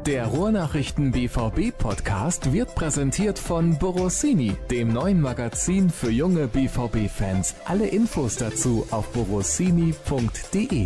Der Ruhrnachrichten BVB-Podcast wird präsentiert von Borossini, dem neuen Magazin für junge BVB-Fans. Alle Infos dazu auf borossini.de.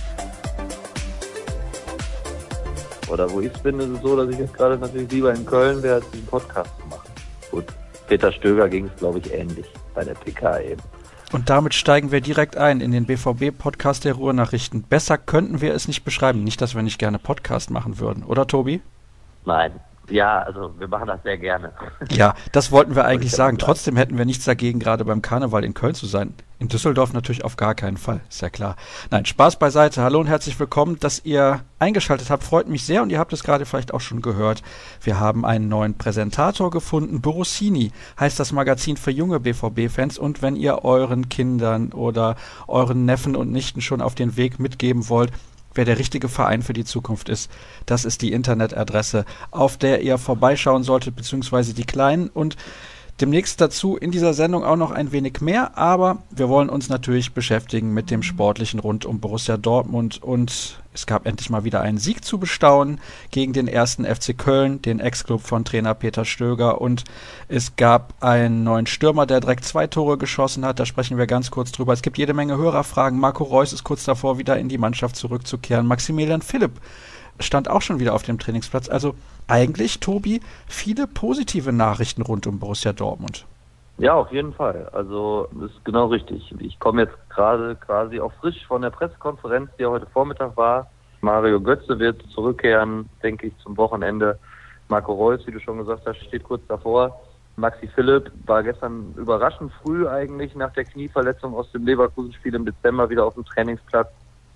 Oder wo ich bin, ist es so, dass ich jetzt gerade natürlich lieber in Köln wäre, als diesen Podcast zu machen. Gut, Peter Stöger ging es, glaube ich, ähnlich bei der PK eben. Und damit steigen wir direkt ein in den BVB-Podcast der Ruhrnachrichten. Besser könnten wir es nicht beschreiben. Nicht, dass wir nicht gerne Podcast machen würden. Oder, Tobi? Nein. Ja, also wir machen das sehr gerne. Ja, das wollten wir eigentlich sagen. Trotzdem hätten wir nichts dagegen, gerade beim Karneval in Köln zu sein. In Düsseldorf natürlich auf gar keinen Fall, ist ja klar. Nein, Spaß beiseite. Hallo und herzlich willkommen, dass ihr eingeschaltet habt. Freut mich sehr und ihr habt es gerade vielleicht auch schon gehört. Wir haben einen neuen Präsentator gefunden. Borossini heißt das Magazin für junge BVB-Fans. Und wenn ihr euren Kindern oder euren Neffen und Nichten schon auf den Weg mitgeben wollt, wer der richtige Verein für die Zukunft ist, das ist die Internetadresse, auf der ihr vorbeischauen solltet, beziehungsweise die Kleinen. Und demnächst dazu in dieser Sendung auch noch ein wenig mehr, aber wir wollen uns natürlich beschäftigen mit dem Sportlichen rund um Borussia Dortmund und es gab endlich mal wieder einen Sieg zu bestaunen gegen den 1. FC Köln, den Ex-Club von Trainer Peter Stöger, und es gab einen neuen Stürmer, der direkt 2 Tore geschossen hat, da sprechen wir ganz kurz drüber. Es gibt jede Menge Hörerfragen. Marco Reus ist kurz davor, wieder in die Mannschaft zurückzukehren. Maximilian Philipp stand auch schon wieder auf dem Trainingsplatz. Also eigentlich, Tobi, viele positive Nachrichten rund um Borussia Dortmund. Ja, auf jeden Fall. Also das ist genau richtig. Ich komme jetzt gerade quasi auch frisch von der Pressekonferenz, die ja heute Vormittag war. Mario Götze wird zurückkehren, denke ich, zum Wochenende. Marco Reus, wie du schon gesagt hast, steht kurz davor. Maxi Philipp war gestern überraschend früh eigentlich nach der Knieverletzung aus dem Leverkusen-Spiel im Dezember wieder auf dem Trainingsplatz,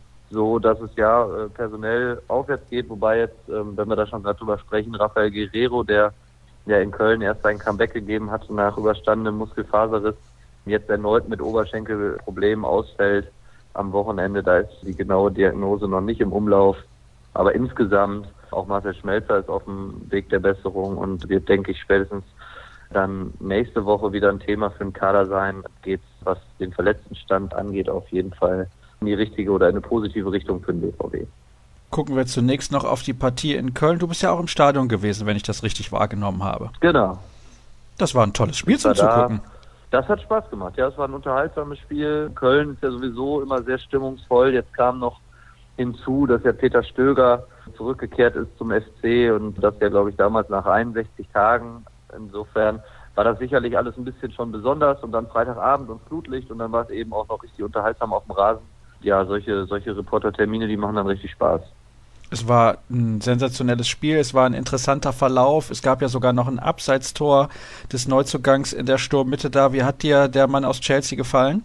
so dass es ja personell aufwärts geht, wobei jetzt, wenn wir da schon gerade drüber sprechen, Rafael Guerreiro, der ja in Köln erst sein Comeback gegeben hat nach überstandenem Muskelfaserriss, jetzt erneut mit Oberschenkelproblemen ausfällt am Wochenende. Da ist die genaue Diagnose noch nicht im Umlauf, aber insgesamt auch Marcel Schmelzer ist auf dem Weg der Besserung und wird, denke ich, spätestens dann nächste Woche wieder ein Thema für den Kader sein. Geht, was den Verletztenstand angeht, auf jeden Fall in die richtige oder in eine positive Richtung für den BVB. Gucken wir zunächst noch auf die Partie in Köln. Du bist ja auch im Stadion gewesen, wenn ich das richtig wahrgenommen habe. Genau. Das war ein tolles Spiel zum Zugucken. Das hat Spaß gemacht. Ja, es war ein unterhaltsames Spiel. Köln ist ja sowieso immer sehr stimmungsvoll. Jetzt kam noch hinzu, dass ja Peter Stöger zurückgekehrt ist zum FC und das ja, glaube ich, damals nach 61 Tagen. Insofern war das sicherlich alles ein bisschen schon besonders und dann Freitagabend und Flutlicht und dann war es eben auch noch richtig unterhaltsam auf dem Rasen. Ja, solche Reportertermine, die machen dann richtig Spaß. Es war ein sensationelles Spiel, es war ein interessanter Verlauf, es gab ja sogar noch ein Abseitstor des Neuzugangs in der Sturmmitte da. Wie hat dir der Mann aus Chelsea gefallen?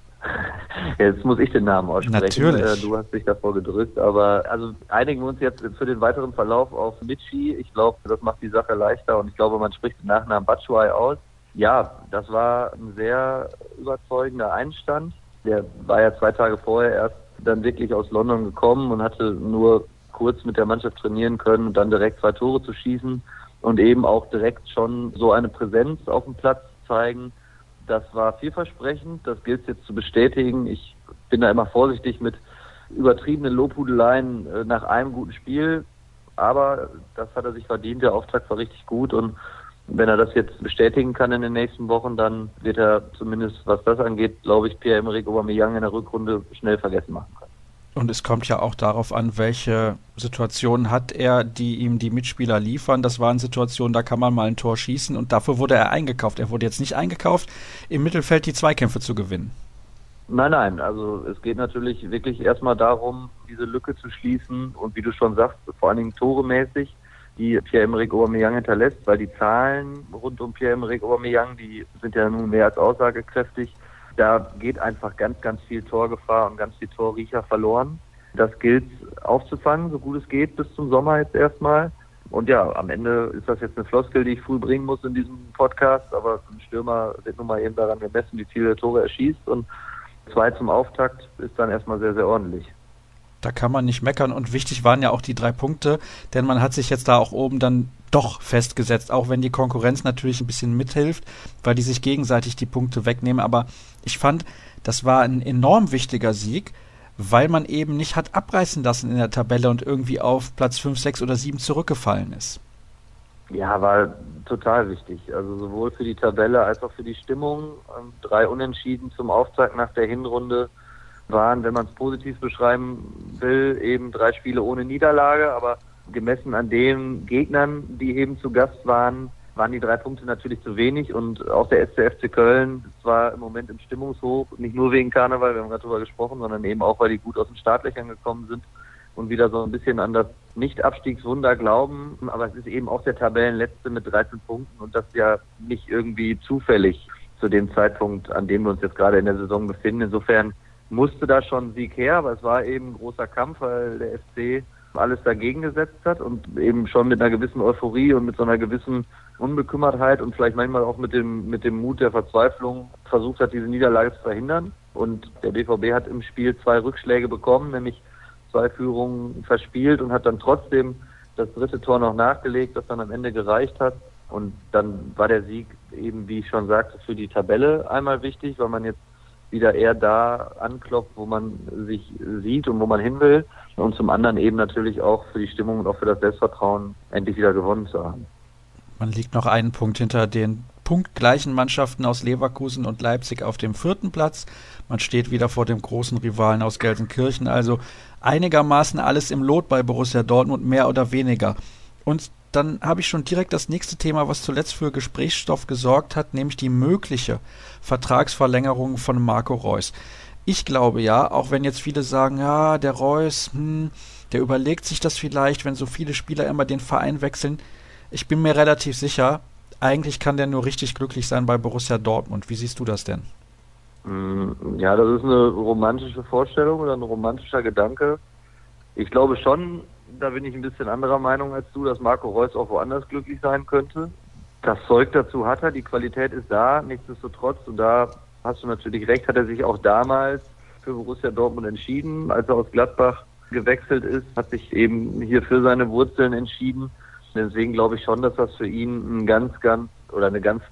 Jetzt muss ich den Namen aussprechen. Natürlich. Du hast dich davor gedrückt, aber also einigen wir uns jetzt für den weiteren Verlauf auf Michy. Ich glaube, das macht die Sache leichter und ich glaube, man spricht den Nachnamen Batshuayi aus. Ja, das war ein sehr überzeugender Einstand. Der war ja 2 Tage vorher erst dann wirklich aus London gekommen und hatte nur kurz mit der Mannschaft trainieren können und dann direkt 2 Tore zu schießen und eben auch direkt schon so eine Präsenz auf dem Platz zeigen. Das war vielversprechend, das gilt es jetzt zu bestätigen. Ich bin da immer vorsichtig mit übertriebenen Lobhudeleien nach einem guten Spiel, aber das hat er sich verdient, der Auftrag war richtig gut und wenn er das jetzt bestätigen kann in den nächsten Wochen, dann wird er zumindest, was das angeht, glaube ich, Pierre-Emerick Aubameyang in der Rückrunde schnell vergessen machen können. Und es kommt ja auch darauf an, welche Situationen hat er, die ihm die Mitspieler liefern. Das waren Situationen, da kann man mal ein Tor schießen und dafür wurde er eingekauft. Er wurde jetzt nicht eingekauft, im Mittelfeld die Zweikämpfe zu gewinnen. Nein, also es geht natürlich wirklich erstmal darum, diese Lücke zu schließen und wie du schon sagst, vor allen Dingen toremäßig, die Pierre-Emerick Aubameyang hinterlässt, weil die Zahlen rund um Pierre-Emerick Aubameyang, die sind ja nun mehr als aussagekräftig. Da geht einfach ganz, ganz viel Torgefahr und ganz viel Torriecher verloren. Das gilt aufzufangen, so gut es geht, bis zum Sommer jetzt erstmal. Und ja, am Ende ist das jetzt eine Floskel, die ich früh bringen muss in diesem Podcast, aber ein Stürmer wird nun mal eben daran gemessen, wie viele Tore er schießt und 2 zum Auftakt ist dann erstmal sehr, sehr ordentlich. Da kann man nicht meckern und wichtig waren ja auch die 3 Punkte, denn man hat sich jetzt da auch oben dann doch festgesetzt, auch wenn die Konkurrenz natürlich ein bisschen mithilft, weil die sich gegenseitig die Punkte wegnehmen, aber ich fand, das war ein enorm wichtiger Sieg, weil man eben nicht hat abreißen lassen in der Tabelle und irgendwie auf Platz 5, 6 oder 7 zurückgefallen ist. Ja, war total wichtig. Also sowohl für die Tabelle als auch für die Stimmung. 3 Unentschieden zum Auftakt nach der Hinrunde waren, wenn man es positiv beschreiben will, eben 3 Spiele ohne Niederlage. Aber gemessen an den Gegnern, die eben zu Gast waren die 3 Punkte natürlich zu wenig. Und auch der FC Köln ist zwar im Moment im Stimmungshoch, nicht nur wegen Karneval, wir haben gerade darüber gesprochen, sondern eben auch, weil die gut aus den Startlöchern gekommen sind und wieder so ein bisschen an das Nicht-Abstiegswunder glauben. Aber es ist eben auch der Tabellenletzte mit 13 Punkten und das ja nicht irgendwie zufällig zu dem Zeitpunkt, an dem wir uns jetzt gerade in der Saison befinden. Insofern musste da schon ein Sieg her, aber es war eben ein großer Kampf, weil der FC alles dagegen gesetzt hat und eben schon mit einer gewissen Euphorie und mit so einer gewissen Unbekümmertheit und vielleicht manchmal auch mit dem Mut der Verzweiflung versucht hat, diese Niederlage zu verhindern. Und der BVB hat im Spiel 2 Rückschläge bekommen, nämlich 2 Führungen verspielt und hat dann trotzdem das 3. Tor noch nachgelegt, das dann am Ende gereicht hat. Und dann war der Sieg eben, wie ich schon sagte, für die Tabelle einmal wichtig, weil man jetzt wieder eher da anklopft, wo man sich sieht und wo man hin will. Und zum anderen eben natürlich auch für die Stimmung und auch für das Selbstvertrauen, endlich wieder gewonnen zu haben. Man liegt noch einen Punkt hinter den punktgleichen Mannschaften aus Leverkusen und Leipzig auf dem 4. Platz. Man steht wieder vor dem großen Rivalen aus Gelsenkirchen. Also einigermaßen alles im Lot bei Borussia Dortmund, mehr oder weniger. Und dann habe ich schon direkt das nächste Thema, was zuletzt für Gesprächsstoff gesorgt hat, nämlich die mögliche Vertragsverlängerung von Marco Reus. Ich glaube ja, auch wenn jetzt viele sagen, ja, der Reus, der überlegt sich das vielleicht, wenn so viele Spieler immer den Verein wechseln. Ich bin mir relativ sicher, eigentlich kann der nur richtig glücklich sein bei Borussia Dortmund. Wie siehst du das denn? Ja, das ist eine romantische Vorstellung oder ein romantischer Gedanke. Ich glaube schon, da bin ich ein bisschen anderer Meinung als du, dass Marco Reus auch woanders glücklich sein könnte. Das Zeug dazu hat er, die Qualität ist da, nichtsdestotrotz, und da hast du natürlich recht, hat er sich auch damals für Borussia Dortmund entschieden, als er aus Gladbach gewechselt ist, hat sich eben hier für seine Wurzeln entschieden. Deswegen glaube ich schon, dass das für ihn eine ganz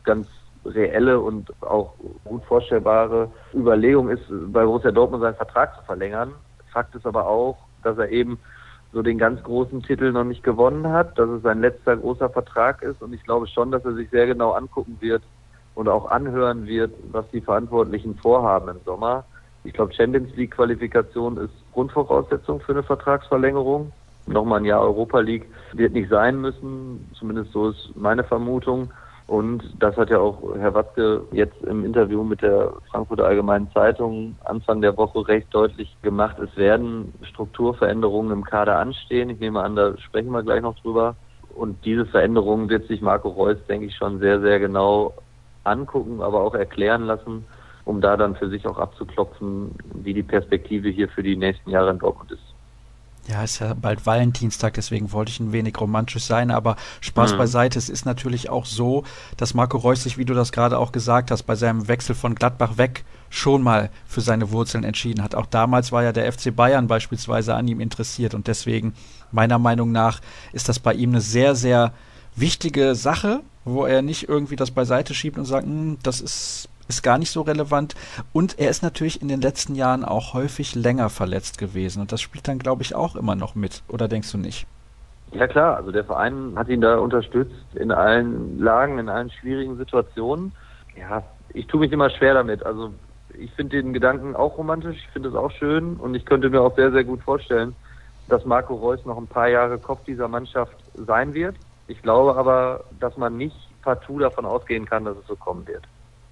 reelle und auch gut vorstellbare Überlegung ist, bei Borussia Dortmund seinen Vertrag zu verlängern. Fakt ist aber auch, dass er eben so den ganz großen Titel noch nicht gewonnen hat, dass es sein letzter großer Vertrag ist und ich glaube schon, dass er sich sehr genau angucken wird und auch anhören wird, was die Verantwortlichen vorhaben im Sommer. Ich glaube, Champions League Qualifikation ist Grundvoraussetzung für eine Vertragsverlängerung. Nochmal ein Jahr Europa League wird nicht sein müssen, zumindest so ist meine Vermutung. Und das hat ja auch Herr Watzke jetzt im Interview mit der Frankfurter Allgemeinen Zeitung Anfang der Woche recht deutlich gemacht. Es werden Strukturveränderungen im Kader anstehen. Ich nehme an, da sprechen wir gleich noch drüber. Und diese Veränderungen wird sich Marco Reus, denke ich, schon sehr, sehr genau angucken, aber auch erklären lassen, um da dann für sich auch abzuklopfen, wie die Perspektive hier für die nächsten Jahre in Dortmund ist. Ja, ist ja bald Valentinstag, deswegen wollte ich ein wenig romantisch sein, aber Spaß beiseite. Es ist natürlich auch so, dass Marco Reus sich, wie du das gerade auch gesagt hast, bei seinem Wechsel von Gladbach weg schon mal für seine Wurzeln entschieden hat. Auch damals war ja der FC Bayern beispielsweise an ihm interessiert und deswegen, meiner Meinung nach, ist das bei ihm eine sehr, sehr wichtige Sache, wo er nicht irgendwie das beiseite schiebt und sagt, das ist gar nicht so relevant. Und er ist natürlich in den letzten Jahren auch häufig länger verletzt gewesen. Und das spielt dann, glaube ich, auch immer noch mit. Oder denkst du nicht? Ja klar, also der Verein hat ihn da unterstützt in allen Lagen, in allen schwierigen Situationen. Ja, ich tue mich immer schwer damit. Also ich finde den Gedanken auch romantisch, ich finde es auch schön und ich könnte mir auch sehr, sehr gut vorstellen, dass Marco Reus noch ein paar Jahre Kopf dieser Mannschaft sein wird. Ich glaube aber, dass man nicht partout davon ausgehen kann, dass es so kommen wird.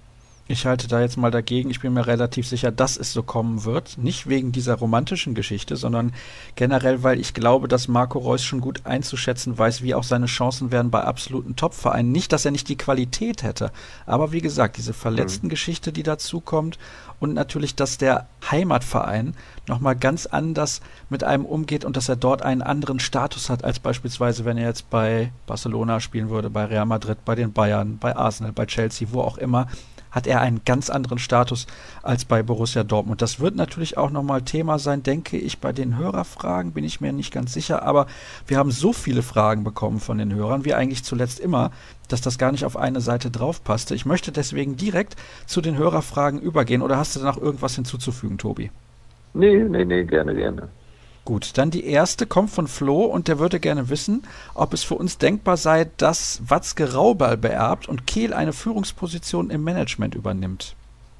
Ich halte da jetzt mal dagegen. Ich bin mir relativ sicher, dass es so kommen wird. Nicht wegen dieser romantischen Geschichte, sondern generell, weil ich glaube, dass Marco Reus schon gut einzuschätzen weiß, wie auch seine Chancen wären bei absoluten Top-Vereinen. Nicht, dass er nicht die Qualität hätte, aber wie gesagt, diese verletzten Geschichte, die dazu kommt und natürlich, dass der Heimatverein nochmal ganz anders mit einem umgeht und dass er dort einen anderen Status hat, als beispielsweise, wenn er jetzt bei Barcelona spielen würde, bei Real Madrid, bei den Bayern, bei Arsenal, bei Chelsea, wo auch immer, hat er einen ganz anderen Status als bei Borussia Dortmund. Das wird natürlich auch nochmal Thema sein, denke ich, bei den Hörerfragen, bin ich mir nicht ganz sicher, aber wir haben so viele Fragen bekommen von den Hörern, wie eigentlich zuletzt immer, dass das gar nicht auf eine Seite drauf passte. Ich möchte deswegen direkt zu den Hörerfragen übergehen, oder hast du da noch irgendwas hinzuzufügen, Tobi? Nee, gerne. Gut, dann die erste kommt von Flo und der würde gerne wissen, ob es für uns denkbar sei, dass Watzke Raubal beerbt und Kehl eine Führungsposition im Management übernimmt.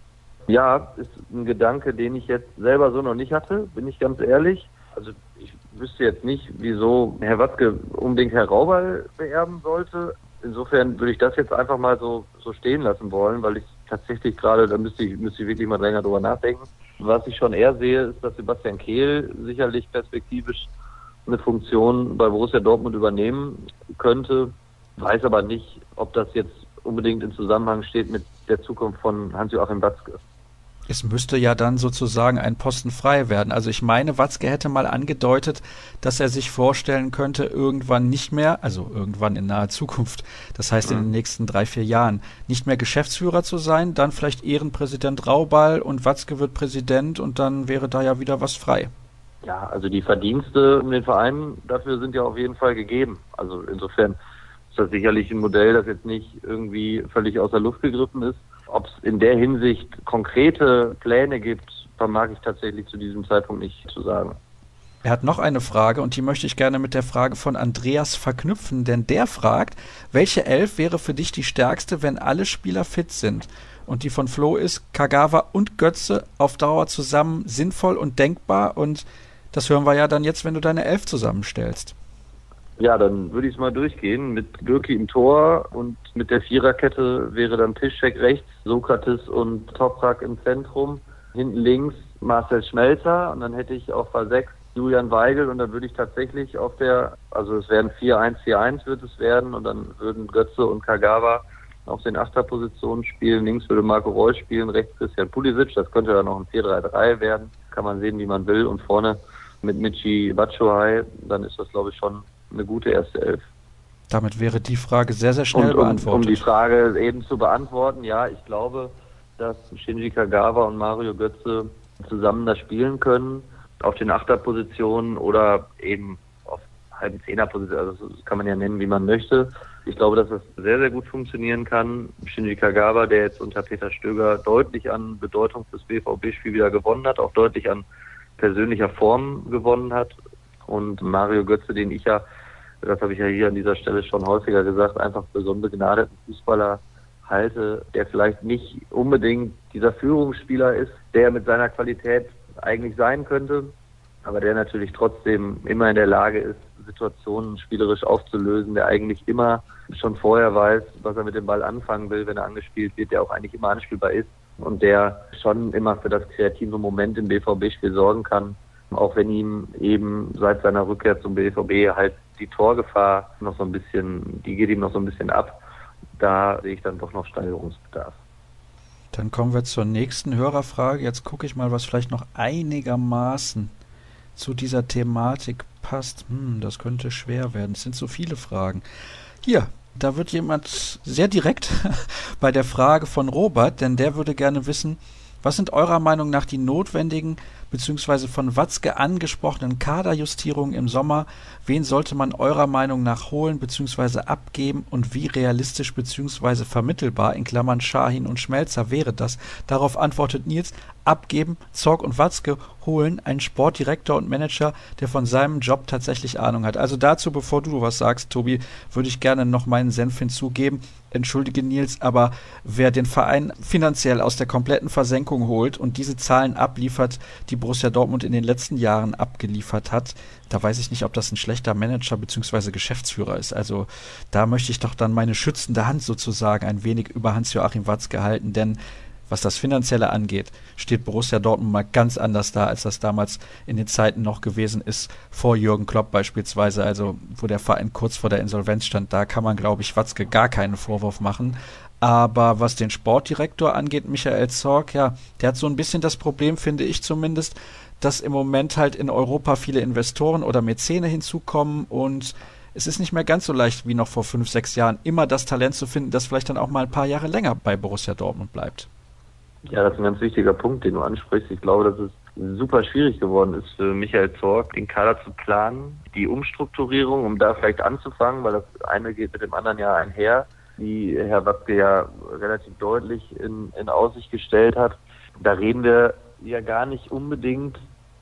Ja, ist ein Gedanke, den ich jetzt selber so noch nicht hatte, bin ich ganz ehrlich. Also ich wüsste jetzt nicht, wieso Herr Watzke unbedingt Herr Raubal beerben sollte. Insofern würde ich das jetzt einfach mal so stehen lassen wollen, weil ich tatsächlich gerade, da müsste ich wirklich mal länger drüber nachdenken. Was ich schon eher sehe, ist, dass Sebastian Kehl sicherlich perspektivisch eine Funktion bei Borussia Dortmund übernehmen könnte. Weiß aber nicht, ob das jetzt unbedingt in Zusammenhang steht mit der Zukunft von Hans-Joachim Watzke. Es müsste ja dann sozusagen ein Posten frei werden. Also ich meine, Watzke hätte mal angedeutet, dass er sich vorstellen könnte, irgendwann nicht mehr, also irgendwann in naher Zukunft, das heißt in den nächsten 3-4 Jahren, nicht mehr Geschäftsführer zu sein, dann vielleicht Ehrenpräsident Raubal und Watzke wird Präsident und dann wäre da ja wieder was frei. Ja, also die Verdienste um den Verein dafür sind ja auf jeden Fall gegeben. Also insofern ist das sicherlich ein Modell, das jetzt nicht irgendwie völlig aus der Luft gegriffen ist. Ob es in der Hinsicht konkrete Pläne gibt, vermag ich tatsächlich zu diesem Zeitpunkt nicht zu sagen. Er hat noch eine Frage und die möchte ich gerne mit der Frage von Andreas verknüpfen, denn der fragt, welche Elf wäre für dich die stärkste, wenn alle Spieler fit sind? Und die von Flo ist, Kagawa und Götze auf Dauer zusammen sinnvoll und denkbar und das hören wir ja dann jetzt, wenn du deine Elf zusammenstellst. Ja, dann würde ich es mal durchgehen. Mit Bürki im Tor und mit der Viererkette wäre dann Piszczek rechts, Sokrates und Toprak im Zentrum. Hinten links Marcel Schmelzer und dann hätte ich auf Ver6 Julian Weigl und dann würde ich tatsächlich also es werden 4-1-4-1 wird es werden und dann würden Götze und Kagawa auf den Achterpositionen spielen. Links würde Marco Reus spielen, rechts Christian Pulisic. Das könnte dann noch ein 4-3-3 werden. Kann man sehen, wie man will. Und vorne mit Michy Batshuayi, dann ist das, glaube ich, schon eine gute erste Elf. Damit wäre die Frage sehr, sehr schnell beantwortet. Um die Frage eben zu beantworten, ja, ich glaube, dass Shinji Kagawa und Mario Götze zusammen das spielen können, auf den Achterpositionen oder eben auf halben Zehnerpositionen, also das kann man ja nennen, wie man möchte. Ich glaube, dass das sehr, sehr gut funktionieren kann. Shinji Kagawa, der jetzt unter Peter Stöger deutlich an Bedeutung fürs BVB-Spiel wieder gewonnen hat, auch deutlich an persönlicher Form gewonnen hat. Und Mario Götze, den ich ja, das habe ich ja hier an dieser Stelle schon häufiger gesagt, einfach für so einen begnadeten Fußballer halte, der vielleicht nicht unbedingt dieser Führungsspieler ist, der mit seiner Qualität eigentlich sein könnte, aber der natürlich trotzdem immer in der Lage ist, Situationen spielerisch aufzulösen, der eigentlich immer schon vorher weiß, was er mit dem Ball anfangen will, wenn er angespielt wird, der auch eigentlich immer anspielbar ist und der schon immer für das kreative Moment im BVB-Spiel sorgen kann. Auch wenn ihm eben seit seiner Rückkehr zum BVB halt die Torgefahr die geht ihm noch so ein bisschen ab. Da sehe ich dann doch noch Steigerungsbedarf. Dann kommen wir zur nächsten Hörerfrage. Jetzt gucke ich mal, was vielleicht noch einigermaßen zu dieser Thematik passt. Das könnte schwer werden. Es sind so viele Fragen. Hier, da wird jemand sehr direkt bei der Frage von Robert, denn der würde gerne wissen, was sind eurer Meinung nach die notwendigen bzw. von Watzke angesprochenen Kaderjustierungen im Sommer? Wen sollte man eurer Meinung nach holen bzw. abgeben und wie realistisch bzw. vermittelbar, in Klammern Şahin und Schmelzer, wäre das? Darauf antwortet Nils, abgeben, Zorc und Watzke holen, einen Sportdirektor und Manager, der von seinem Job tatsächlich Ahnung hat. Also dazu, bevor du was sagst, Tobi, würde ich gerne noch meinen Senf hinzugeben. Entschuldige Nils, aber wer den Verein finanziell aus der kompletten Versenkung holt und diese Zahlen abliefert, die Borussia Dortmund in den letzten Jahren abgeliefert hat, da weiß ich nicht, ob das ein schlechter Manager bzw. Geschäftsführer ist. Also da möchte ich doch dann meine schützende Hand sozusagen ein wenig über Hans-Joachim Watzke halten, denn was das Finanzielle angeht, steht Borussia Dortmund mal ganz anders da, als das damals in den Zeiten noch gewesen ist, vor Jürgen Klopp beispielsweise, also wo der Verein kurz vor der Insolvenz stand. Da kann man, glaube ich, Watzke gar keinen Vorwurf machen. Aber was den Sportdirektor angeht, Michael Zorc, ja, der hat so ein bisschen das Problem, finde ich zumindest, dass im Moment halt in Europa viele Investoren oder Mäzene hinzukommen und es ist nicht mehr ganz so leicht wie noch vor 5-6 Jahren, immer das Talent zu finden, das vielleicht dann auch mal ein paar Jahre länger bei Borussia Dortmund bleibt. Ja, das ist ein ganz wichtiger Punkt, den du ansprichst. Ich glaube, dass es super schwierig geworden ist für Michael Zorc, den Kader zu planen, die Umstrukturierung, um da vielleicht anzufangen, weil das eine geht mit dem anderen ja einher, die Herr Watzke ja relativ deutlich in Aussicht gestellt hat. Da reden wir ja gar nicht unbedingt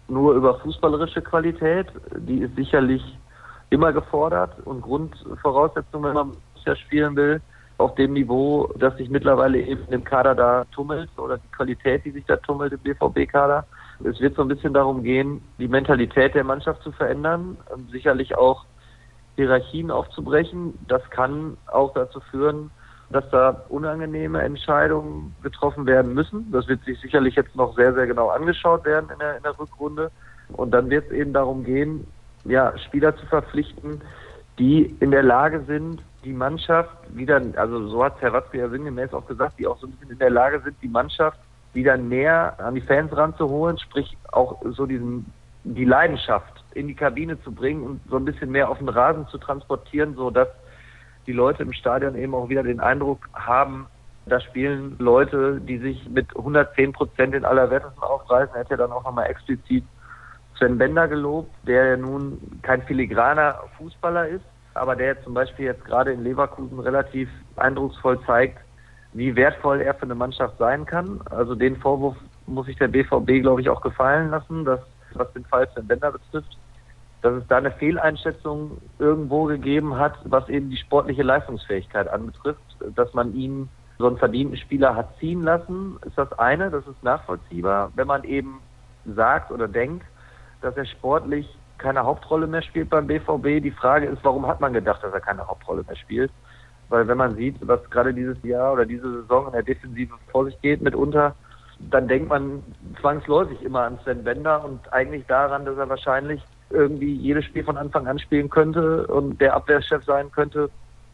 nur über fußballerische Qualität. Die ist sicherlich immer gefordert und Grundvoraussetzung, wenn man ja spielen will, auf dem Niveau, das sich mittlerweile eben im Kader da tummelt oder die Qualität, die sich da tummelt im BVB-Kader. Es wird so ein bisschen darum gehen, die Mentalität der Mannschaft zu verändern, sicherlich auch Hierarchien aufzubrechen. Das kann auch dazu führen, dass da unangenehme Entscheidungen getroffen werden müssen. Das wird sich sicherlich jetzt noch sehr, sehr genau angeschaut werden in der Rückrunde. Und dann wird es eben darum gehen, ja, Spieler zu verpflichten, die in der Lage sind, die Mannschaft wieder, also so hat Herr Watzke ja sinngemäß auch gesagt, die auch so ein bisschen in der Lage sind, die Mannschaft wieder näher an die Fans ranzuholen, sprich auch so die Leidenschaft in die Kabine zu bringen und so ein bisschen mehr auf den Rasen zu transportieren, so dass die Leute im Stadion eben auch wieder den Eindruck haben, da spielen Leute, die sich mit 110% in Allerwertesten aufreißen. Er hat ja dann auch nochmal explizit Sven Bender gelobt, der ja nun kein filigraner Fußballer ist, aber der zum Beispiel jetzt gerade in Leverkusen relativ eindrucksvoll zeigt, wie wertvoll er für eine Mannschaft sein kann. Also den Vorwurf muss sich der BVB, glaube ich, auch gefallen lassen, dass, was den Fall Sven Bender betrifft, dass es da eine Fehleinschätzung irgendwo gegeben hat, was eben die sportliche Leistungsfähigkeit anbetrifft, dass man ihn, so einen verdienten Spieler, hat ziehen lassen, ist das eine, das ist nachvollziehbar. Wenn man eben sagt oder denkt, dass er sportlich keine Hauptrolle mehr spielt beim BVB, die Frage ist, warum hat man gedacht, dass er keine Hauptrolle mehr spielt? Weil wenn man sieht, was gerade dieses Jahr oder diese Saison in der Defensive vor sich geht mitunter, dann denkt man zwangsläufig immer an Sven Bender und eigentlich daran, dass er wahrscheinlich irgendwie jedes Spiel von Anfang an spielen könnte und der Abwehrchef sein könnte,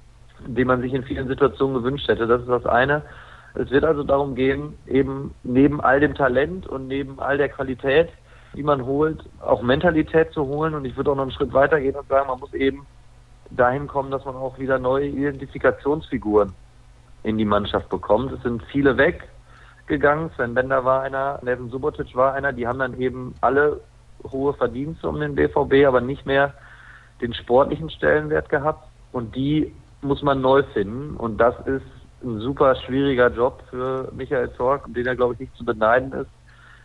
den man sich in vielen Situationen gewünscht hätte. Das ist das eine. Es wird also darum gehen, eben neben all dem Talent und neben all der Qualität, die man holt, auch Mentalität zu holen. Und ich würde auch noch einen Schritt weiter gehen und sagen, man muss eben dahin kommen, dass man auch wieder neue Identifikationsfiguren in die Mannschaft bekommt. Es sind viele weggegangen. Sven Bender war einer, Neven Subotic war einer. Die haben dann eben alle hohe Verdienste um den BVB, aber nicht mehr den sportlichen Stellenwert gehabt. Und die muss man neu finden. Und das ist ein super schwieriger Job für Michael Zorc, den er, glaube ich, nicht zu beneiden ist,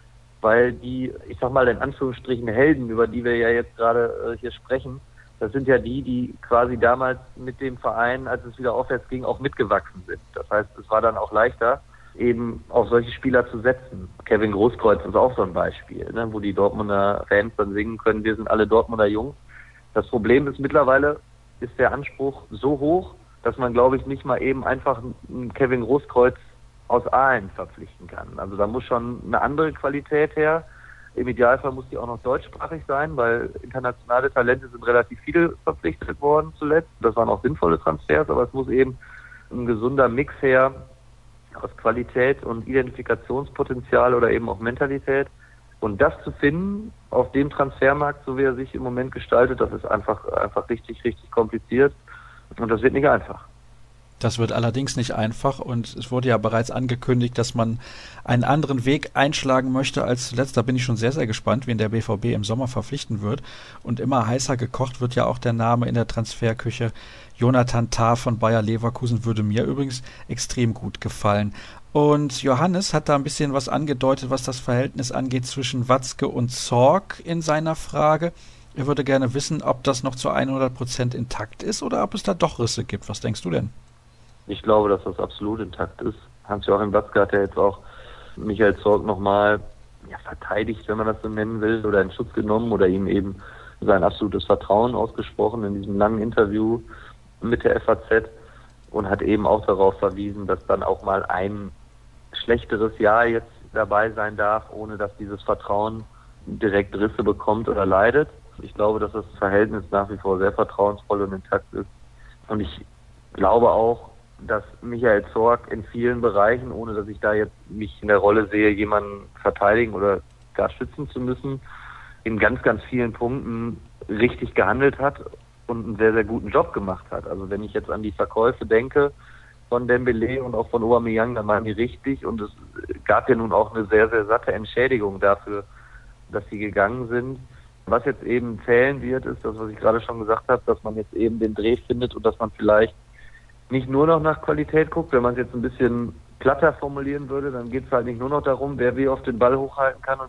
weil die, ich sag mal in Anführungsstrichen Helden, über die wir ja jetzt gerade hier sprechen, das sind ja die quasi damals mit dem Verein, als es wieder aufwärts ging, auch mitgewachsen sind. Das heißt, es war dann auch leichter, eben auf solche Spieler zu setzen. Kevin Großkreuz ist auch so ein Beispiel, ne, wo die Dortmunder Fans dann singen können, wir sind alle Dortmunder Jungs. Das Problem ist, mittlerweile ist der Anspruch so hoch, dass man, glaube ich, nicht mal eben einfach einen Kevin Großkreuz aus Aalen verpflichten kann. Also da muss schon eine andere Qualität her. Im Idealfall muss die auch noch deutschsprachig sein, weil internationale Talente sind relativ viele verpflichtet worden zuletzt. Das waren auch sinnvolle Transfers, aber es muss eben ein gesunder Mix her aus Qualität und Identifikationspotenzial oder eben auch Mentalität. Und das zu finden auf dem Transfermarkt, so wie er sich im Moment gestaltet, das ist einfach richtig, richtig kompliziert. Und das wird nicht einfach. Das wird allerdings nicht einfach und es wurde ja bereits angekündigt, dass man einen anderen Weg einschlagen möchte als zuletzt. Da bin ich schon sehr, sehr gespannt, wen der BVB im Sommer verpflichten wird. Und immer heißer gekocht wird ja auch der Name in der Transferküche. Jonathan Tah von Bayer Leverkusen würde mir übrigens extrem gut gefallen. Und Johannes hat da ein bisschen was angedeutet, was das Verhältnis angeht zwischen Watzke und Zorc in seiner Frage. Er würde gerne wissen, ob das noch zu 100% intakt ist oder ob es da doch Risse gibt. Was denkst du denn? Ich glaube, dass das absolut intakt ist. Hans-Joachim Watzke hat ja jetzt auch Michael Zorc nochmal verteidigt, wenn man das so nennen will, oder in Schutz genommen oder ihm eben sein absolutes Vertrauen ausgesprochen in diesem langen Interview mit der FAZ und hat eben auch darauf verwiesen, dass dann auch mal ein schlechteres Jahr jetzt dabei sein darf, ohne dass dieses Vertrauen direkt Risse bekommt oder leidet. Ich glaube, dass das Verhältnis nach wie vor sehr vertrauensvoll und intakt ist. Und ich glaube auch, dass Michael Zorc in vielen Bereichen, ohne dass ich da jetzt mich in der Rolle sehe, jemanden verteidigen oder gar schützen zu müssen, in ganz, ganz vielen Punkten richtig gehandelt hat und einen sehr, sehr guten Job gemacht hat. Also wenn ich jetzt an die Verkäufe denke von Dembélé und auch von Aubameyang, dann waren die richtig und es gab ja nun auch eine sehr, sehr satte Entschädigung dafür, dass sie gegangen sind. Was jetzt eben zählen wird, ist das, was ich gerade schon gesagt habe, dass man jetzt eben den Dreh findet und dass man vielleicht nicht nur noch nach Qualität guckt. Wenn man es jetzt ein bisschen platter formulieren würde, dann geht es halt nicht nur noch darum, wer wie oft den Ball hochhalten kann und wer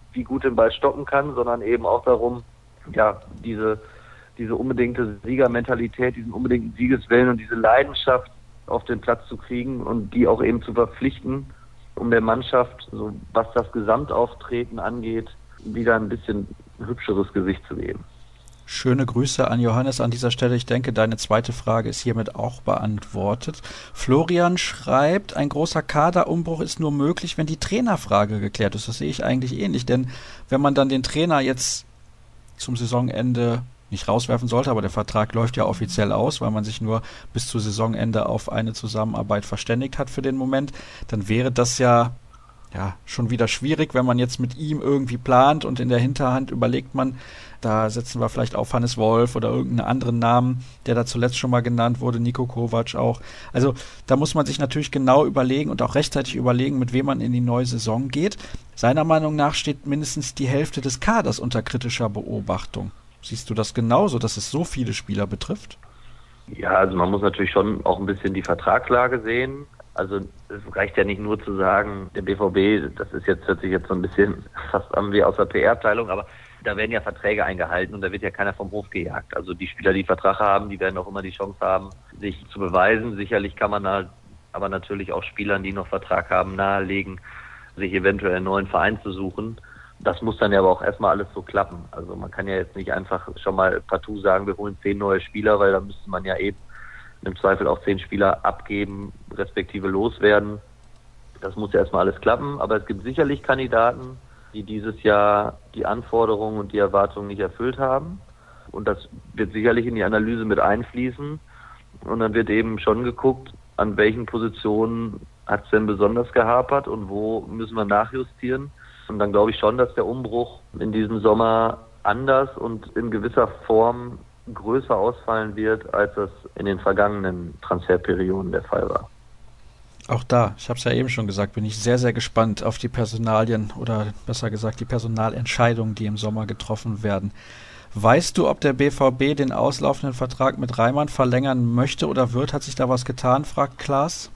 wie gut den Ball stoppen kann, sondern eben auch darum, ja, diese unbedingte Siegermentalität, diesen unbedingten Siegeswillen und diese Leidenschaft auf den Platz zu kriegen und die auch eben zu verpflichten, um der Mannschaft, so was das Gesamtauftreten angeht, wieder ein bisschen hübscheres Gesicht zu geben. Schöne Grüße an Johannes an dieser Stelle. Ich denke, deine zweite Frage ist hiermit auch beantwortet. Florian schreibt, ein großer Kaderumbruch ist nur möglich, wenn die Trainerfrage geklärt ist. Das sehe ich eigentlich ähnlich, denn wenn man dann den Trainer jetzt zum Saisonende nicht rauswerfen sollte, aber der Vertrag läuft ja offiziell aus, weil man sich nur bis zu Saisonende auf eine Zusammenarbeit verständigt hat für den Moment, dann wäre das ja schon wieder schwierig, wenn man jetzt mit ihm irgendwie plant und in der Hinterhand überlegt man, da setzen wir vielleicht auf Hannes Wolf oder irgendeinen anderen Namen, der da zuletzt schon mal genannt wurde, Niko Kovac auch. Also da muss man sich natürlich genau überlegen und auch rechtzeitig überlegen, mit wem man in die neue Saison geht. Seiner Meinung nach steht mindestens die Hälfte des Kaders unter kritischer Beobachtung. Siehst du das genauso, dass es so viele Spieler betrifft? Ja, also man muss natürlich schon auch ein bisschen die Vertragslage sehen. Also es reicht ja nicht nur zu sagen, der BVB, das ist jetzt, hört sich jetzt so ein bisschen fast an wie aus der PR-Abteilung, aber da werden ja Verträge eingehalten und da wird ja keiner vom Hof gejagt. Also die Spieler, die Vertrag haben, die werden auch immer die Chance haben, sich zu beweisen. Sicherlich kann man da aber natürlich auch Spielern, die noch Vertrag haben, nahelegen, sich eventuell einen neuen Verein zu suchen. Das muss dann ja aber auch erstmal alles so klappen. Also man kann ja jetzt nicht einfach schon mal partout sagen, wir holen 10 neue Spieler, weil dann müsste man ja eben im Zweifel auch 10 Spieler abgeben, respektive loswerden. Das muss ja erstmal alles klappen, aber es gibt sicherlich Kandidaten, die dieses Jahr die Anforderungen und die Erwartungen nicht erfüllt haben. Und das wird sicherlich in die Analyse mit einfließen. Und dann wird eben schon geguckt, an welchen Positionen hat es denn besonders gehapert und wo müssen wir nachjustieren. Und dann glaube ich schon, dass der Umbruch in diesem Sommer anders und in gewisser Form größer ausfallen wird, als das in den vergangenen Transferperioden der Fall war. Auch da, ich habe es ja eben schon gesagt, bin ich sehr, sehr gespannt auf die Personalien oder besser gesagt die Personalentscheidungen, die im Sommer getroffen werden. Weißt du, ob der BVB den auslaufenden Vertrag mit Reimann verlängern möchte oder wird? Hat sich da was getan, fragt Klaas.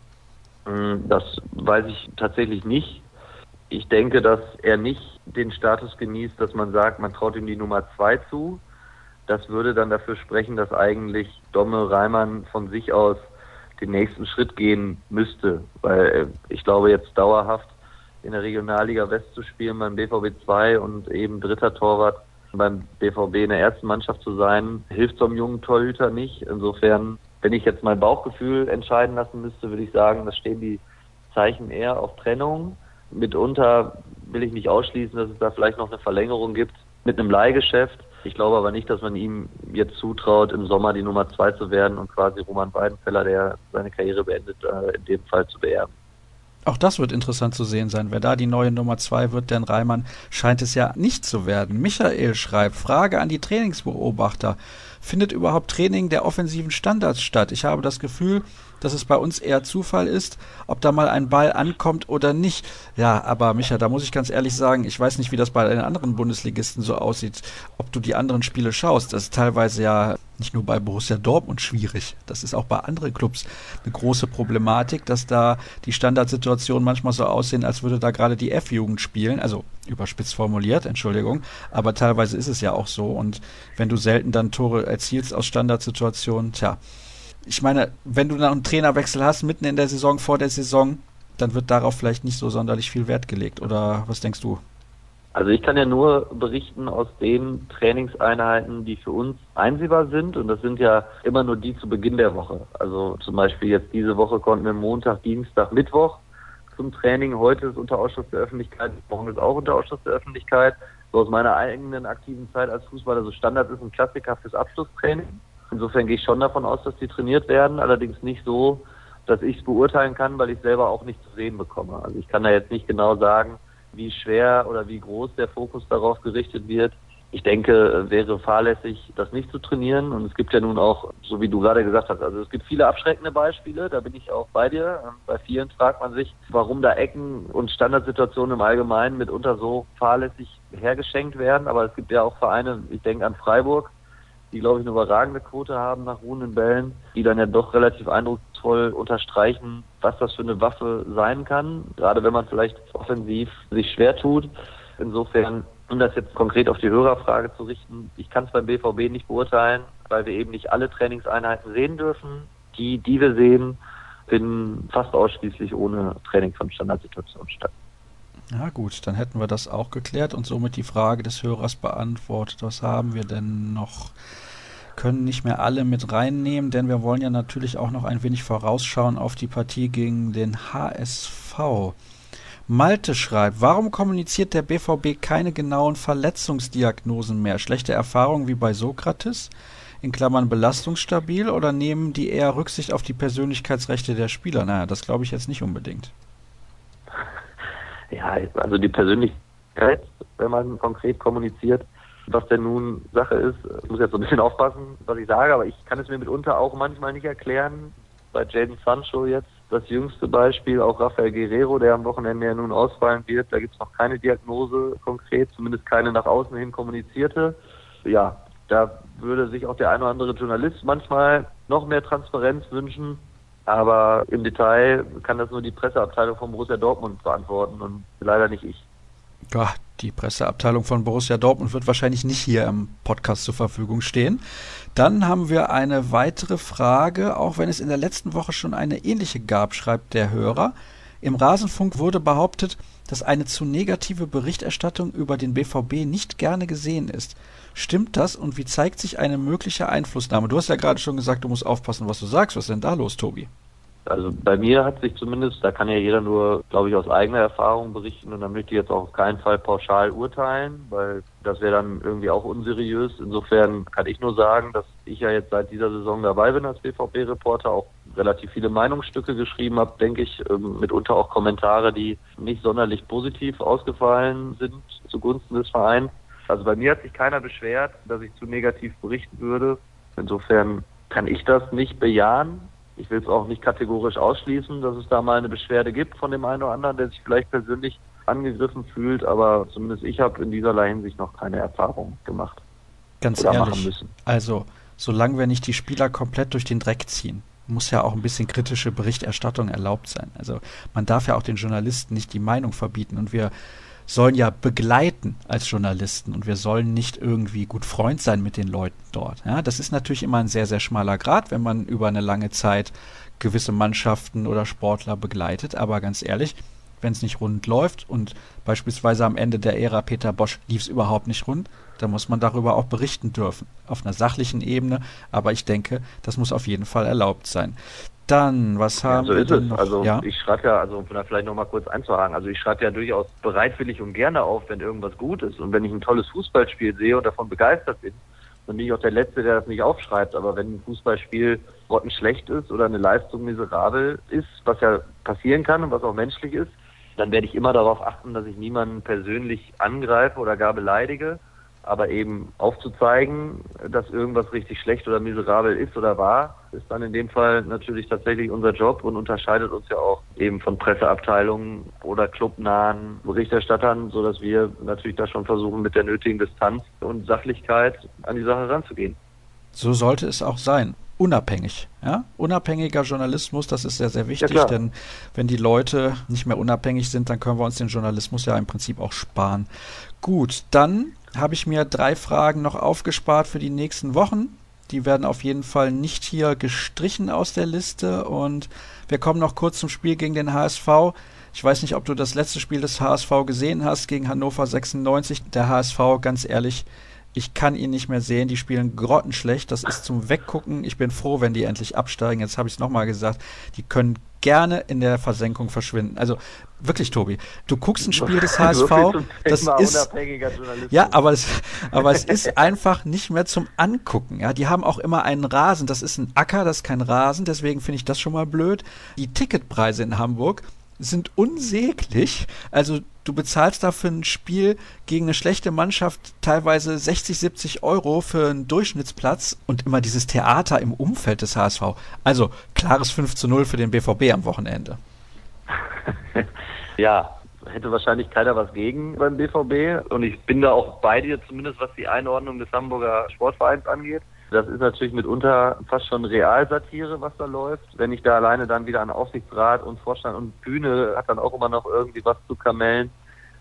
Das weiß ich tatsächlich nicht. Ich denke, dass er nicht den Status genießt, dass man sagt, man traut ihm die Nummer 2 zu. Das würde dann dafür sprechen, dass eigentlich Domme Reimann von sich aus den nächsten Schritt gehen müsste. Weil ich glaube, jetzt dauerhaft in der Regionalliga West zu spielen beim BVB 2 und eben dritter Torwart beim BVB in der ersten Mannschaft zu sein, hilft so einem jungen Torhüter nicht. Insofern, wenn ich jetzt mein Bauchgefühl entscheiden lassen müsste, würde ich sagen, da stehen die Zeichen eher auf Trennung. Mitunter will ich nicht ausschließen, dass es da vielleicht noch eine Verlängerung gibt mit einem Leihgeschäft. Ich glaube aber nicht, dass man ihm jetzt zutraut, im Sommer die Nummer 2 zu werden und quasi Roman Weidenfeller, der seine Karriere beendet, in dem Fall zu beerben. Auch das wird interessant zu sehen sein, wer da die neue Nummer 2 wird, denn Reimann scheint es ja nicht zu werden. Michael schreibt, Frage an die Trainingsbeobachter. Findet überhaupt Training der offensiven Standards statt? Ich habe das Gefühl, dass es bei uns eher Zufall ist, ob da mal ein Ball ankommt oder nicht. Ja, aber Micha, da muss ich ganz ehrlich sagen, ich weiß nicht, wie das bei den anderen Bundesligisten so aussieht, ob du die anderen Spiele schaust. Das ist teilweise ja nicht nur bei Borussia Dortmund schwierig. Das ist auch bei anderen Clubs eine große Problematik, dass da die Standardsituationen manchmal so aussehen, als würde da gerade die F-Jugend spielen. Also überspitzt formuliert, Entschuldigung. Aber teilweise ist es ja auch so. Und wenn du selten dann Tore erzielst aus Standardsituationen, ich meine, wenn du dann einen Trainerwechsel hast, mitten in der Saison, vor der Saison, dann wird darauf vielleicht nicht so sonderlich viel Wert gelegt. Oder was denkst du? Also ich kann ja nur berichten aus den Trainingseinheiten, die für uns einsehbar sind. Und das sind ja immer nur die zu Beginn der Woche. Also zum Beispiel jetzt diese Woche konnten wir Montag, Dienstag, Mittwoch zum Training. Heute ist unter Ausschluss der Öffentlichkeit, morgen ist auch unter Ausschluss der Öffentlichkeit. So aus meiner eigenen aktiven Zeit als Fußballer, so Standard ist ein Klassiker fürs Abschlusstraining. Insofern gehe ich schon davon aus, dass die trainiert werden, allerdings nicht so, dass ich es beurteilen kann, weil ich selber auch nicht zu sehen bekomme. Also ich kann da jetzt nicht genau sagen, wie schwer oder wie groß der Fokus darauf gerichtet wird. Ich denke, wäre fahrlässig, das nicht zu trainieren. Und es gibt ja nun auch, so wie du gerade gesagt hast, also es gibt viele abschreckende Beispiele, da bin ich auch bei dir. Bei vielen fragt man sich, warum da Ecken und Standardsituationen im Allgemeinen mitunter so fahrlässig hergeschenkt werden. Aber es gibt ja auch Vereine, ich denke an Freiburg, die, glaube ich, eine überragende Quote haben nach ruhenden Bällen, die dann ja doch relativ eindrucksvoll unterstreichen, was das für eine Waffe sein kann, gerade wenn man vielleicht offensiv sich schwer tut. Insofern, um das jetzt konkret auf die Hörerfrage zu richten, ich kann es beim BVB nicht beurteilen, weil wir eben nicht alle Trainingseinheiten sehen dürfen. Die wir sehen, finden fast ausschließlich ohne Training von Standardsituationen statt. Ja gut, dann hätten wir das auch geklärt und somit die Frage des Hörers beantwortet. Was haben wir denn noch? Können nicht mehr alle mit reinnehmen, denn wir wollen ja natürlich auch noch ein wenig vorausschauen auf die Partie gegen den HSV. Malte schreibt, warum kommuniziert der BVB keine genauen Verletzungsdiagnosen mehr? Schlechte Erfahrungen wie bei Sokrates, in Klammern belastungsstabil, oder nehmen die eher Rücksicht auf die Persönlichkeitsrechte der Spieler? Naja, das glaube ich jetzt nicht unbedingt. Ja, also die Persönlichkeit, wenn man konkret kommuniziert, was denn nun Sache ist, ich muss jetzt so ein bisschen aufpassen, was ich sage, aber ich kann es mir mitunter auch manchmal nicht erklären. Bei Jadon Sancho jetzt das jüngste Beispiel, auch Rafael Guerreiro, der am Wochenende ja nun ausfallen wird, da gibt es noch keine Diagnose konkret, zumindest keine nach außen hin kommunizierte. Ja, da würde sich auch der ein oder andere Journalist manchmal noch mehr Transparenz wünschen, aber im Detail kann das nur die Presseabteilung von Borussia Dortmund beantworten und leider nicht ich. Ja, die Presseabteilung von Borussia Dortmund wird wahrscheinlich nicht hier im Podcast zur Verfügung stehen. Dann haben wir eine weitere Frage, auch wenn es in der letzten Woche schon eine ähnliche gab, schreibt der Hörer. Im Rasenfunk wurde behauptet, dass eine zu negative Berichterstattung über den BVB nicht gerne gesehen ist. Stimmt das und wie zeigt sich eine mögliche Einflussnahme? Du hast ja gerade schon gesagt, du musst aufpassen, was du sagst. Was ist denn da los, Tobi? Also bei mir hat sich zumindest, da kann ja jeder nur, glaube ich, aus eigener Erfahrung berichten und da möchte ich jetzt auch auf keinen Fall pauschal urteilen, weil das wäre dann irgendwie auch unseriös. Insofern kann ich nur sagen, dass ich ja jetzt seit dieser Saison dabei bin als BVB-Reporter, auch relativ viele Meinungsstücke geschrieben habe, denke ich, mitunter auch Kommentare, die nicht sonderlich positiv ausgefallen sind zugunsten des Vereins. Also bei mir hat sich keiner beschwert, dass ich zu negativ berichten würde. Insofern kann ich das nicht bejahen. Ich will es auch nicht kategorisch ausschließen, dass es da mal eine Beschwerde gibt von dem einen oder anderen, der sich vielleicht persönlich angegriffen fühlt, aber zumindest ich habe in dieserlei Hinsicht noch keine Erfahrung gemacht. Ganz ehrlich, also solange wir nicht die Spieler komplett durch den Dreck ziehen, muss ja auch ein bisschen kritische Berichterstattung erlaubt sein. Also man darf ja auch den Journalisten nicht die Meinung verbieten und wir sollen ja begleiten als Journalisten und wir sollen nicht irgendwie gut Freund sein mit den Leuten dort. Ja, das ist natürlich immer ein sehr, sehr schmaler Grat, wenn man über eine lange Zeit gewisse Mannschaften oder Sportler begleitet, aber ganz ehrlich, wenn es nicht rund läuft und beispielsweise am Ende der Ära Peter Bosz lief es überhaupt nicht rund, dann muss man darüber auch berichten dürfen, auf einer sachlichen Ebene, aber ich denke, das muss auf jeden Fall erlaubt sein. Dann, was haben wir denn noch? Also ich schreibe ja, also vielleicht noch mal kurz einzuhaken, also ich schreibe ja durchaus bereitwillig und gerne auf, wenn irgendwas gut ist und wenn ich ein tolles Fußballspiel sehe und davon begeistert bin, dann bin ich auch der Letzte, der das nicht aufschreibt, aber wenn ein Fußballspiel grottenschlecht ist oder eine Leistung miserabel ist, was ja passieren kann und was auch menschlich ist, dann werde ich immer darauf achten, dass ich niemanden persönlich angreife oder gar beleidige, aber eben aufzuzeigen, dass irgendwas richtig schlecht oder miserabel ist oder war, ist dann in dem Fall natürlich tatsächlich unser Job und unterscheidet uns ja auch eben von Presseabteilungen oder clubnahen Berichterstattern, sodass wir natürlich da schon versuchen, mit der nötigen Distanz und Sachlichkeit an die Sache ranzugehen. So sollte es auch sein. Unabhängig, ja? Unabhängiger Journalismus, das ist sehr, sehr wichtig, ja, denn wenn die Leute nicht mehr unabhängig sind, dann können wir uns den Journalismus ja im Prinzip auch sparen. Gut, dann habe ich mir 3 Fragen noch aufgespart für die nächsten Wochen. Die werden auf jeden Fall nicht hier gestrichen aus der Liste und wir kommen noch kurz zum Spiel gegen den HSV. Ich weiß nicht, ob du das letzte Spiel des HSV gesehen hast gegen Hannover 96. Der HSV, ganz ehrlich, ich kann ihn nicht mehr sehen, die spielen grottenschlecht, das ist zum Weggucken. Ich bin froh, wenn die endlich absteigen, jetzt habe ich es nochmal gesagt, die können gerne in der Versenkung verschwinden. Also wirklich, Tobi, du guckst ein Spiel des HSV, das ist, ja, aber es ist einfach nicht mehr zum Angucken. Ja, die haben auch immer einen Rasen, das ist ein Acker, das ist kein Rasen, deswegen finde ich das schon mal blöd. Die Ticketpreise in Hamburg sind unsäglich. Also du bezahlst da für ein Spiel gegen eine schlechte Mannschaft teilweise 60, 70 Euro für einen Durchschnittsplatz und immer dieses Theater im Umfeld des HSV. Also klares 5:0 für den BVB am Wochenende. Ja, hätte wahrscheinlich keiner was gegen beim BVB und ich bin da auch bei dir, zumindest was die Einordnung des Hamburger Sportvereins angeht. Das ist natürlich mitunter fast schon Realsatire, was da läuft. Wenn ich da alleine dann wieder an Aufsichtsrat und Vorstand und Bühne hat dann auch immer noch irgendwie was zu kamellen.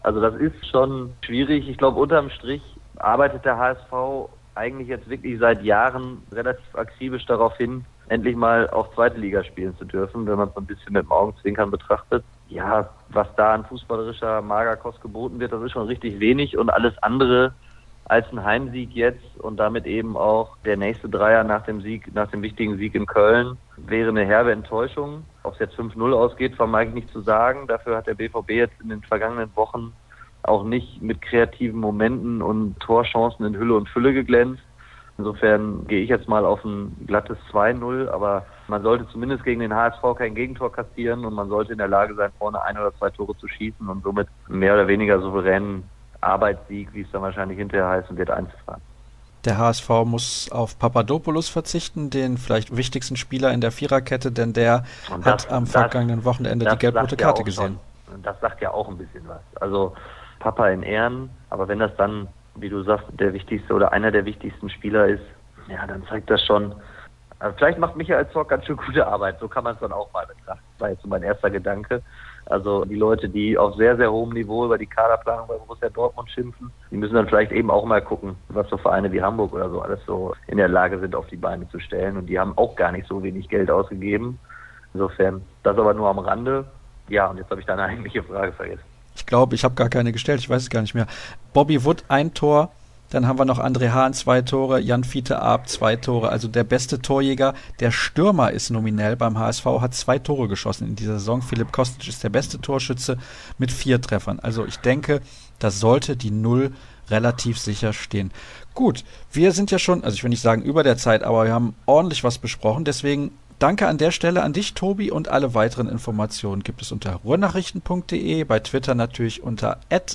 Also das ist schon schwierig. Ich glaube, unterm Strich arbeitet der HSV eigentlich jetzt wirklich seit Jahren relativ akribisch darauf hin, endlich mal auch zweite Liga spielen zu dürfen, wenn man es so ein bisschen mit dem Augenzwinkern betrachtet. Ja, was da an fußballerischer Magerkost geboten wird, das ist schon richtig wenig und alles andere als ein Heimsieg jetzt und damit eben auch der nächste Dreier nach dem wichtigen Sieg in Köln, wäre eine herbe Enttäuschung. Ob es jetzt 5-0 ausgeht, vermag ich nicht zu sagen. Dafür hat der BVB jetzt in den vergangenen Wochen auch nicht mit kreativen Momenten und Torchancen in Hülle und Fülle geglänzt. Insofern gehe ich jetzt mal auf ein glattes 2-0, aber man sollte zumindest gegen den HSV kein Gegentor kassieren und man sollte in der Lage sein, vorne 1 oder 2 Tore zu schießen und somit mehr oder weniger souveränen Arbeitssieg, wie es dann wahrscheinlich hinterher heißen wird, einzufahren. Der HSV muss auf Papadopoulos verzichten, den vielleicht wichtigsten Spieler in der Viererkette, denn der hat am vergangenen Wochenende die gelb-rote Karte gesehen. Und das sagt ja auch ein bisschen was. Also Papa in Ehren, aber wenn das dann, wie du sagst, der wichtigste oder einer der wichtigsten Spieler ist, ja, dann zeigt das schon, also vielleicht macht Michael Zorc ganz schön gute Arbeit, so kann man es dann auch mal betrachten. Das war jetzt so mein erster Gedanke. Also die Leute, die auf sehr, sehr hohem Niveau über die Kaderplanung bei Borussia Dortmund schimpfen, die müssen dann vielleicht eben auch mal gucken, was so Vereine wie Hamburg oder so alles so in der Lage sind, auf die Beine zu stellen. Und die haben auch gar nicht so wenig Geld ausgegeben. Insofern, das aber nur am Rande. Ja, und jetzt habe ich deine eigentliche Frage vergessen. Ich glaube, ich habe gar keine gestellt, ich weiß es gar nicht mehr. Bobby Wood 1 Tor, dann haben wir noch André Hahn 2 Tore, Jan Fiete Arp 2 Tore, also der beste Torjäger. Der Stürmer ist nominell beim HSV, hat 2 Tore geschossen in dieser Saison. Philipp Kostic ist der beste Torschütze mit 4 Treffern. Also ich denke, da sollte die 0 relativ sicher stehen. Gut, wir sind ja schon, also ich will nicht sagen über der Zeit, aber wir haben ordentlich was besprochen, deswegen danke an der Stelle an dich, Tobi, und alle weiteren Informationen gibt es unter ruhrnachrichten.de, bei Twitter natürlich unter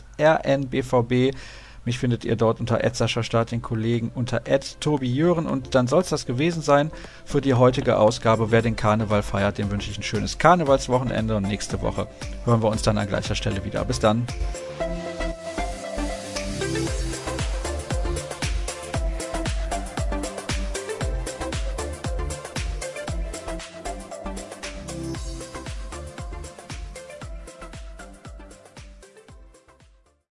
@rnbvb. Mich findet ihr dort unter @SaschaStart, den Kollegen unter @TobiJören, und dann soll es das gewesen sein für die heutige Ausgabe. Wer den Karneval feiert, dem wünsche ich ein schönes Karnevalswochenende und nächste Woche hören wir uns dann an gleicher Stelle wieder. Bis dann.